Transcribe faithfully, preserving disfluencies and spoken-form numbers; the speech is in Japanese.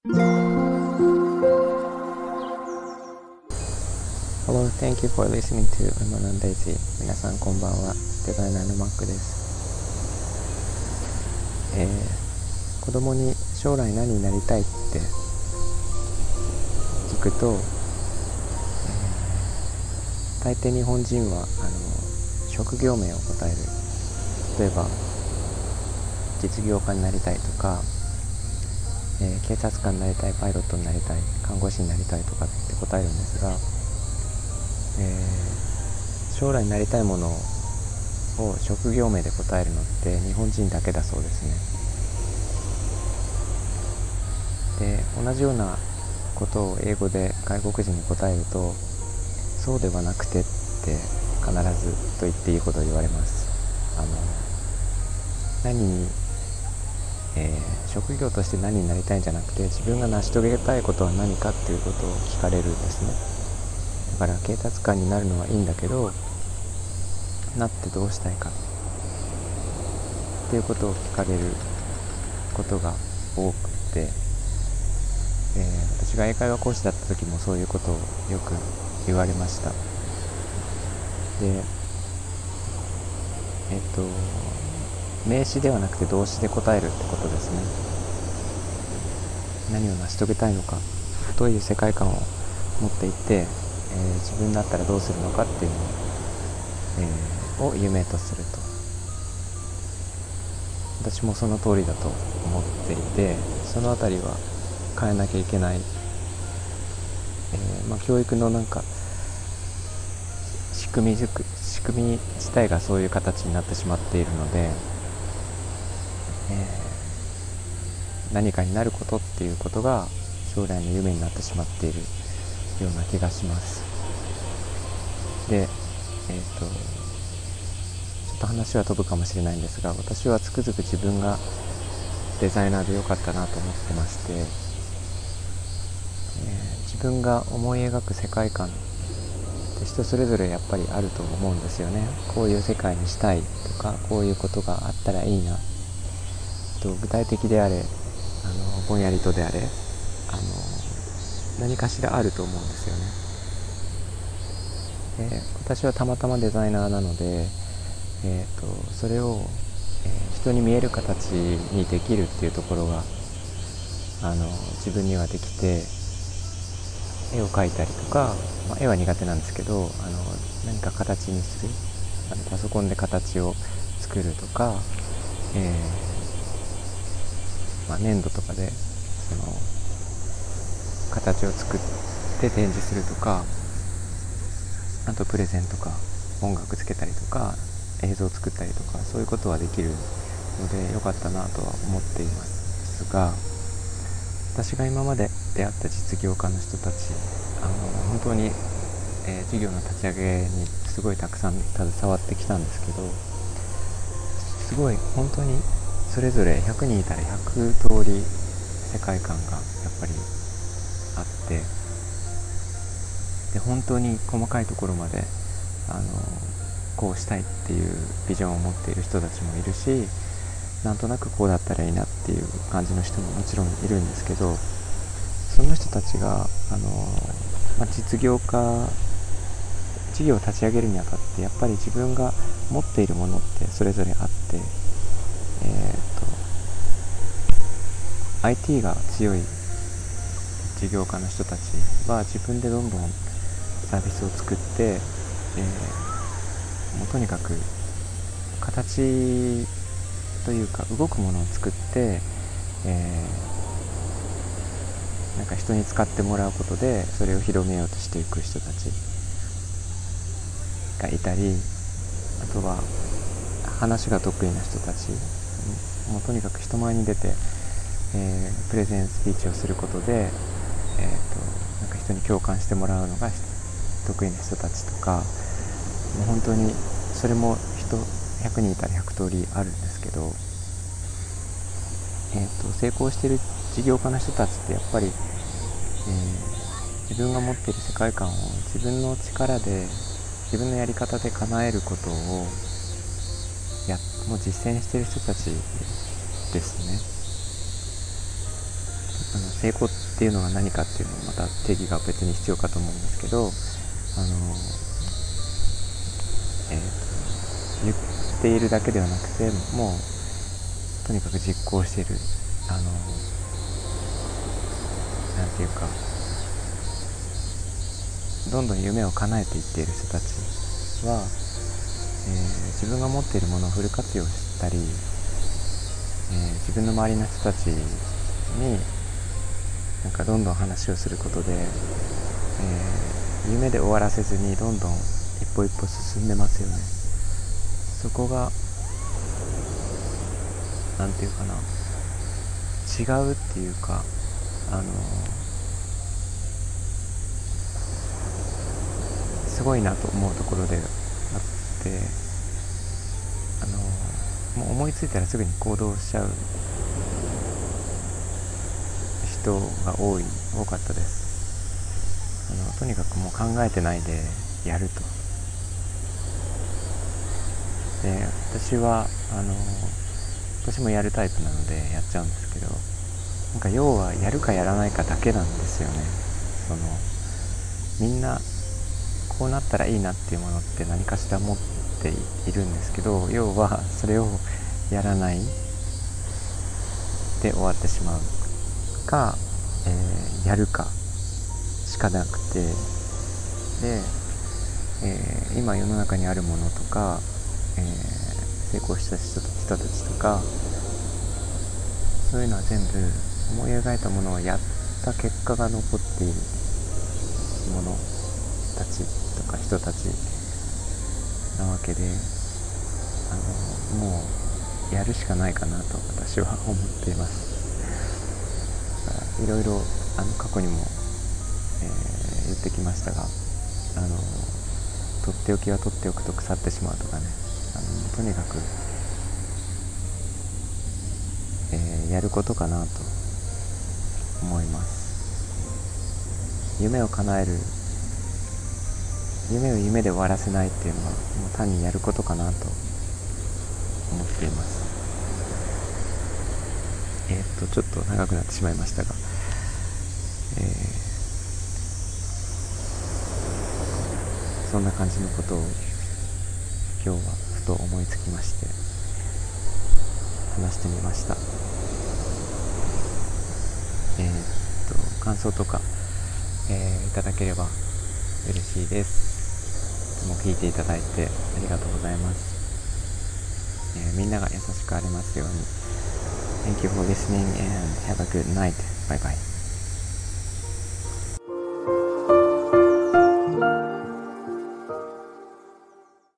Hello, thank you for listening to Lemon and Daisy. 皆さんこんばんは。デザイナーのマックです。えー、子供に将来何になりたいって聞くと、えー、大抵日本人はあの職業名を答える。例えば実業家になりたいとか、えー、警察官になりたい、パイロットになりたい、看護師になりたいとかって答えるんですが、えー、将来になりたいものを職業名で答えるのって日本人だけだそうですね。で、同じようなことを英語で外国人に答えると、そうではなくてって必ずと言っていいほど言われます。あの何に、えー、職業として何になりたいんじゃなくて、自分が成し遂げたいことは何かっていうことを聞かれるんですね。だから警察官になるのはいいんだけど、なってどうしたいかっていうことを聞かれることが多くて、えー、私が英会話講師だった時もそういうことをよく言われました。で、えっと名詞ではなくて動詞で答えるってことですね。何を成し遂げたいのか、どういう世界観を持っていて、えー、自分だったらどうするのかっていうのを、えー、を夢とすると。私もその通りだと思っていて、そのあたりは変えなきゃいけない、えーまあ、教育のなんか仕組み仕組み自体がそういう形になってしまっているので、えー、何かになることっていうことが将来の夢になってしまっているような気がします。で、えーと、ちょっと話は飛ぶかもしれないんですが、私はつくづく自分がデザイナーでよかったなと思ってまして、えー、自分が思い描く世界観って人それぞれやっぱりあると思うんですよね。こういう世界にしたいとか、こういうことがあったらいいなと、具体的であれ、あのぼんやりとであれ、あの何かしらあると思うんですよね。で、私はたまたまデザイナーなので、えーと、それを、えー、人に見える形にできるっていうところがあの自分にはできて、絵を描いたりとか、まあ、絵は苦手なんですけど、あの何か形にする、あのパソコンで形を作るとか、えーまあ、粘土とかでその形を作って展示するとか、あとプレゼンとか音楽つけたりとか映像を作ったりとか、そういうことはできるので良かったなとは思っていますが、私が今まで出会った実業家の人たち、あの本当に、えー、事業の立ち上げにすごいたくさん携わってきたんですけど、すごい本当にそれぞれひゃくにんいたらひゃく通り世界観がやっぱりあって、で本当に細かいところまであのこうしたいっていうビジョンを持っている人たちもいるし、なんとなくこうだったらいいなっていう感じの人ももちろんいるんですけど、その人たちがあの、まあ、実業家事業を立ち上げるにあたってやっぱり自分が持っているものってそれぞれあって、えー、と アイティー が強い事業家の人たちは自分でどんどんサービスを作って、えー、もうとにかく形というか動くものを作って、えー、なんか人に使ってもらうことでそれを広めようとしていく人たちがいたり、あとは話が得意な人たち、もうとにかく人前に出て、えー、プレゼンスピーチをすることで、えー、となんか人に共感してもらうのが得意な人たちとか、もう本当にそれも人ひゃくにんいたらひゃく通りあるんですけど、えー、と成功している事業家の人たちってやっぱり、えー、自分が持っている世界観を自分の力で自分のやり方で叶えることをやもう実践している人たちですね。 あの成功っていうのが何かっていうのもまた定義が別に必要かと思うんですけど、あの、えー、言っているだけではなくて、もうとにかく実行している、あのなんていうか、どんどん夢を叶えていっている人たちは、えー、自分が持っているものをフル活用したり、えー、自分の周りの人たちになんかどんどん話をすることで、えー、夢で終わらせずにどんどん一歩一歩進んでますよね。そこがなんていうかな、違うっていうか、あのすごいなと思うところであって、あのもう思いついたらすぐに行動しちゃう人が多い多かったです。あのとにかくもう考えてないでやると。で、私はあの私もやるタイプなのでやっちゃうんですけど、なんか要はやるかやらないかだけなんですよね。そのみんなこうなったらいいなっていうものって何かしら持っているんですけど、要はそれをやらないで終わってしまうか、えー、やるかしかなくて、で、えー、今世の中にあるものとか、えー、成功した人、人たちとか、そういうのは全部思い描いたものをやった結果が残っているものたちとか人たちなわけで、あのもうやるしかないかなと私は思っています。いろいろあの過去にも、えー、言ってきましたが、あのとっておきはとっておくと腐ってしまうとかね、あのとにかく、えー、やることかなと思います。夢を叶える、夢を夢で終わらせないっていうのはもう単にやることかなと思っています。えー、っとちょっと長くなってしまいましたが、えー、そんな感じのことを今日はふと思いつきまして話してみました。えー、っと感想とか、えー、いただければ嬉しいです。いつも聞いていただいてありがとうございます。えー、みんなが優しくありますように。Thank you for listening and have a good night. Bye bye.